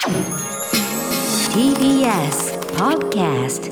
TBS Podcast。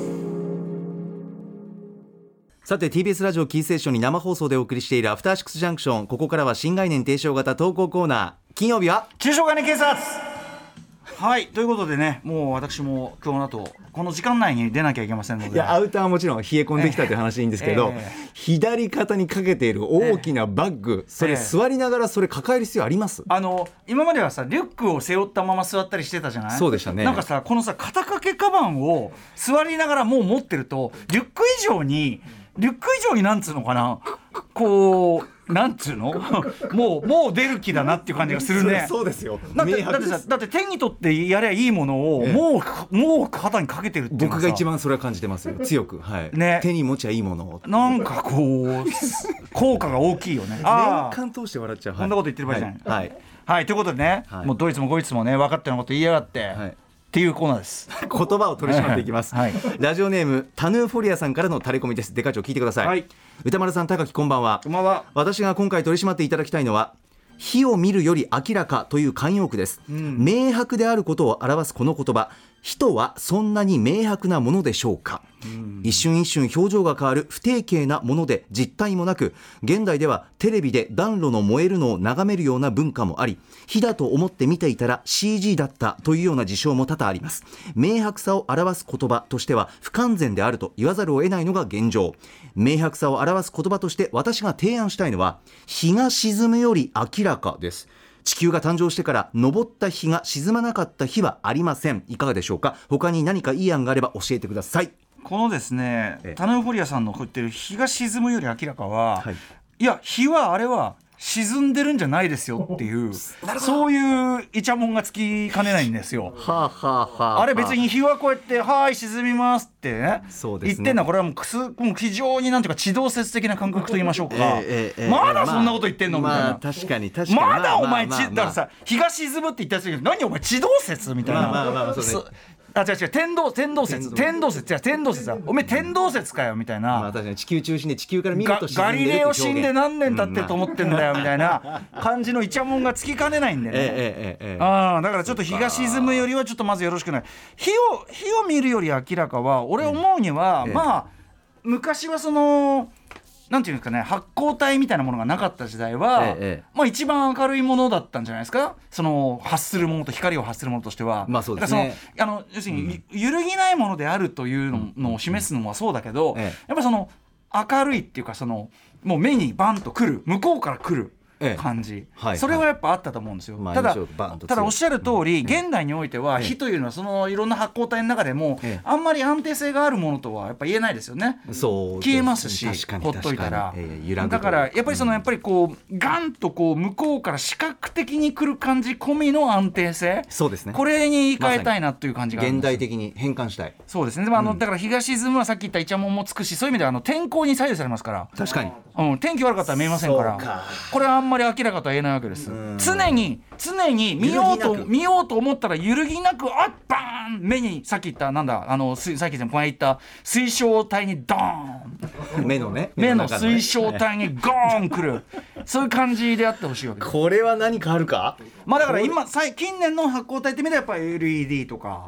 さて TBS ラジオキーステーションに生放送でお送りしているアフターシックスジャンクション、ここからは新概念提唱型投稿コーナー。金曜日は中小概念警察。はい、ということでね、もう私も今日の後この時間内に出なきゃいけませんので、 いやアウターはもちろん冷え込んできたという話でいいんですけど、左肩にかけている大きなバッグ、それ座りながらそれ抱える必要あります？ 今まではさリュックを背負ったまま座ったりしてたじゃない。 そうでしたね。 なんかさこのさ肩掛けカバンを座りながらもう持ってるとリュック以上になんつうのかな、こうなんつうのもう出る気だなっていう感じがするね。 そうですよ。 だって手に取ってやればいいものを、もう肩にかけてるっていうのはさ、 僕が一番それは感じてますよ、強く、はいね、手に持ちゃいいものをなんかこう効果が大きいよね。 年間通して笑っちゃう、 こんなこと言ってる場合じゃない。 はい、はいはい、ということでね、もうどいつもこいつもね分かったようなこと言いやがって、っていうコーナーです。 言葉を取り締まっていきます、ラジオネームタヌーフォリアさんからのタレコミです。デカ長聞いてください、歌丸さん、高木こんばんは。 こんばんは。 私が今回取り締まっていただきたいのは、火を見るより明らかという慣用句です、明白であることを表すこの言葉、火とはそんなに明白なものでしょうか。一瞬一瞬表情が変わる不定形なもので実体もなく、現代ではテレビで暖炉の燃えるのを眺めるような文化もあり、火だと思って見ていたら CG だったというような事象も多々あります。明白さを表す言葉としては不完全であると言わざるを得ないのが現状。明白さを表す言葉として私が提案したいのは、日が沈むより明らかです。地球が誕生してから昇った日が沈まなかった日はありません。いかがでしょうか。他に何かいい案があれば教えてください。 このですね、タヌーフォリアさんの言ってる日が沈むより明らかは、いや日はあれは沈んでるんじゃないですよっていうそういうイチャモンがつきかねないんですよ。あれ別に日はこうやってはい沈みますってね、言ってんのはこれはもう非常になんていうか地動説的な感覚と言いましょうか、まだそんなこと言ってんのみたいな、 確かにまだお前だからさ、日が沈むって言ったやつに何お前地動説みたいな、違う天動説だ、おめえ天動説かよみたいな、 確かに地球中心で地球から見るとガリレオ死んで何年経ってると思ってんだよみたいな感じのイチャモンがつきかねないんでね、だからちょっと日が沈むよりはちょっとまずよろしくない。火を見るより明らかは俺思うには、まあ昔はそのなんていうんですかね、発光体みたいなものがなかった時代は、まあ、一番明るいものだったんじゃないですか。その発するものと光を発するものとしては、 そうですね、 要するに、揺るぎないものであるというのを示すのはそうだけど、やっぱりその明るいっていうか、そのもう目にバンと来る、向こうから来る感じ、それはやっぱあったと思うんですよ。ただおっしゃる通り、現代においては火というのはそのいろんな発光体の中でもあんまり安定性があるものとはやっぱ言えないですよね。消えますし、ほっといたら。だからやっぱりそのやっぱりこうガンとこう向こうから視覚的に来る感じ込みの安定性、 そうですね、 これに言い換えたいなという感じがあるんです。 現代的に変換したい。 そうですね。だから日が沈むはさっき言ったイチャモンもつくし、そういう意味では天候に左右されますから。 確かに、 天気悪かったら見えませんから、これはあんまり明らかとは言えないわけです。常に見ようと思ったら揺るぎなくバーン目に、さっき言ったさっきこの間言った水晶体にドーン、目の水晶体にゴーンくるそういう感じであってほしいわけです。これは何かあるか。 だから近年の発光体って見たらやっぱり LED とか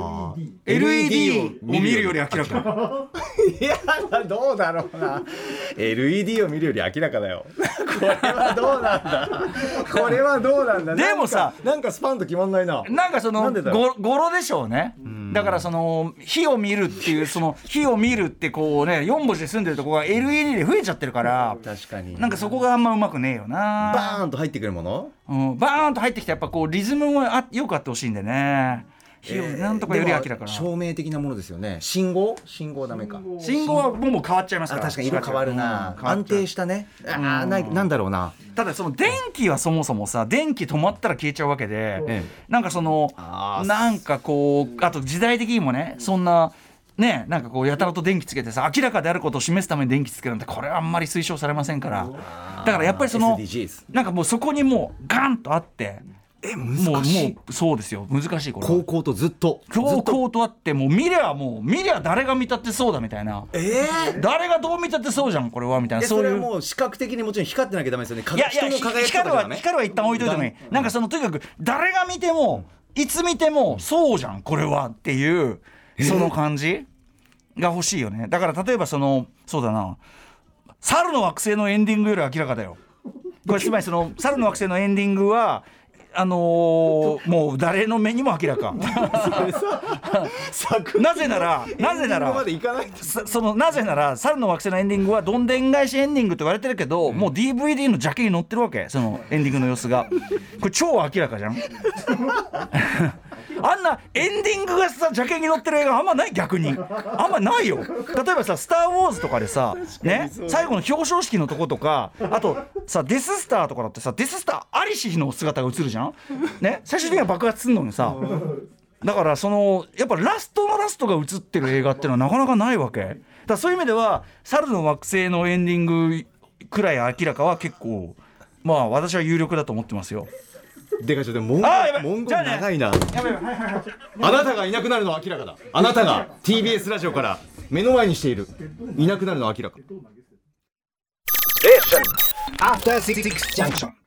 LED を見るより明らかいやどうだろうなLED を見るより明らかだよこれはどうなんだでもさ、 なんかスパンと決まんないな。 なんかその語呂でしょうね。だからその火を見るっていう、その火を見るってこうね4文字で済んでるとこが LED で増えちゃってるから、確かになんかそこがあんまうまくねえよな。 バーンと入ってくるもの、 バーンと入ってきてやっぱこうリズムもよくあってほしいんでね。火をなんとかより明らかな照明的なものですよね。信号はダメか。 信号はもう変わっちゃいますから。 確かに色変わるな、安定したね。なんだろうな。 ただその電気はそもそもさ、電気止まったら消えちゃうわけで、なんかそのなんかこう、あと時代的にもね、そんなね、なんかこうやたらと電気つけてさ、明らかであることを示すために電気つけるなんて、これはあんまり推奨されませんから。だからやっぱりそのなんかもうそこにもうガンとあって、難しい。もうそうですよ、難しい。これ高校とずっとあって、もう見りゃ誰が見たってそうだみたいな、誰がどう見たってそうじゃんこれはみたいな。 それはもう視覚的にもちろん光ってなきゃダメですよね。 人の輝きとかね。光は一旦置いといてもいい、なんかそのとにかく誰が見てもいつ見てもそうじゃんこれはっていうその感じが欲しいよね。だから例えばそうだな、猿の惑星のエンディングより明らかだよこれ。つまり猿の惑星のエンディングはもう誰の目にも明らかなぜなら猿の惑星のエンディングはどんでん返しエンディングと言われてるけど、もう DVD のジャケに載ってるわけ、そのエンディングの様子が。これ超明らかじゃんあんなエンディングがさジャケに載ってる映画あんまない、逆にあんまないよ。例えばさスター・ウォーズとかでさね、最後の表彰式のとことか、あとさデススターとかだってさ、デススターアリシの姿が映るじゃんね、最終的には爆発するのにさ、だからやっぱラストのラストが映ってる映画っていうのはなかなかないわけだから、そういう意味では猿の惑星のエンディングくらい明らかは結構まあ私は有力だと思ってますよ。 でかちょっと文言長いな。あなたがいなくなるのは明らかだ。あなたが TBS ラジオから目の前にしているいなくなるのは明らか。 After 66 junction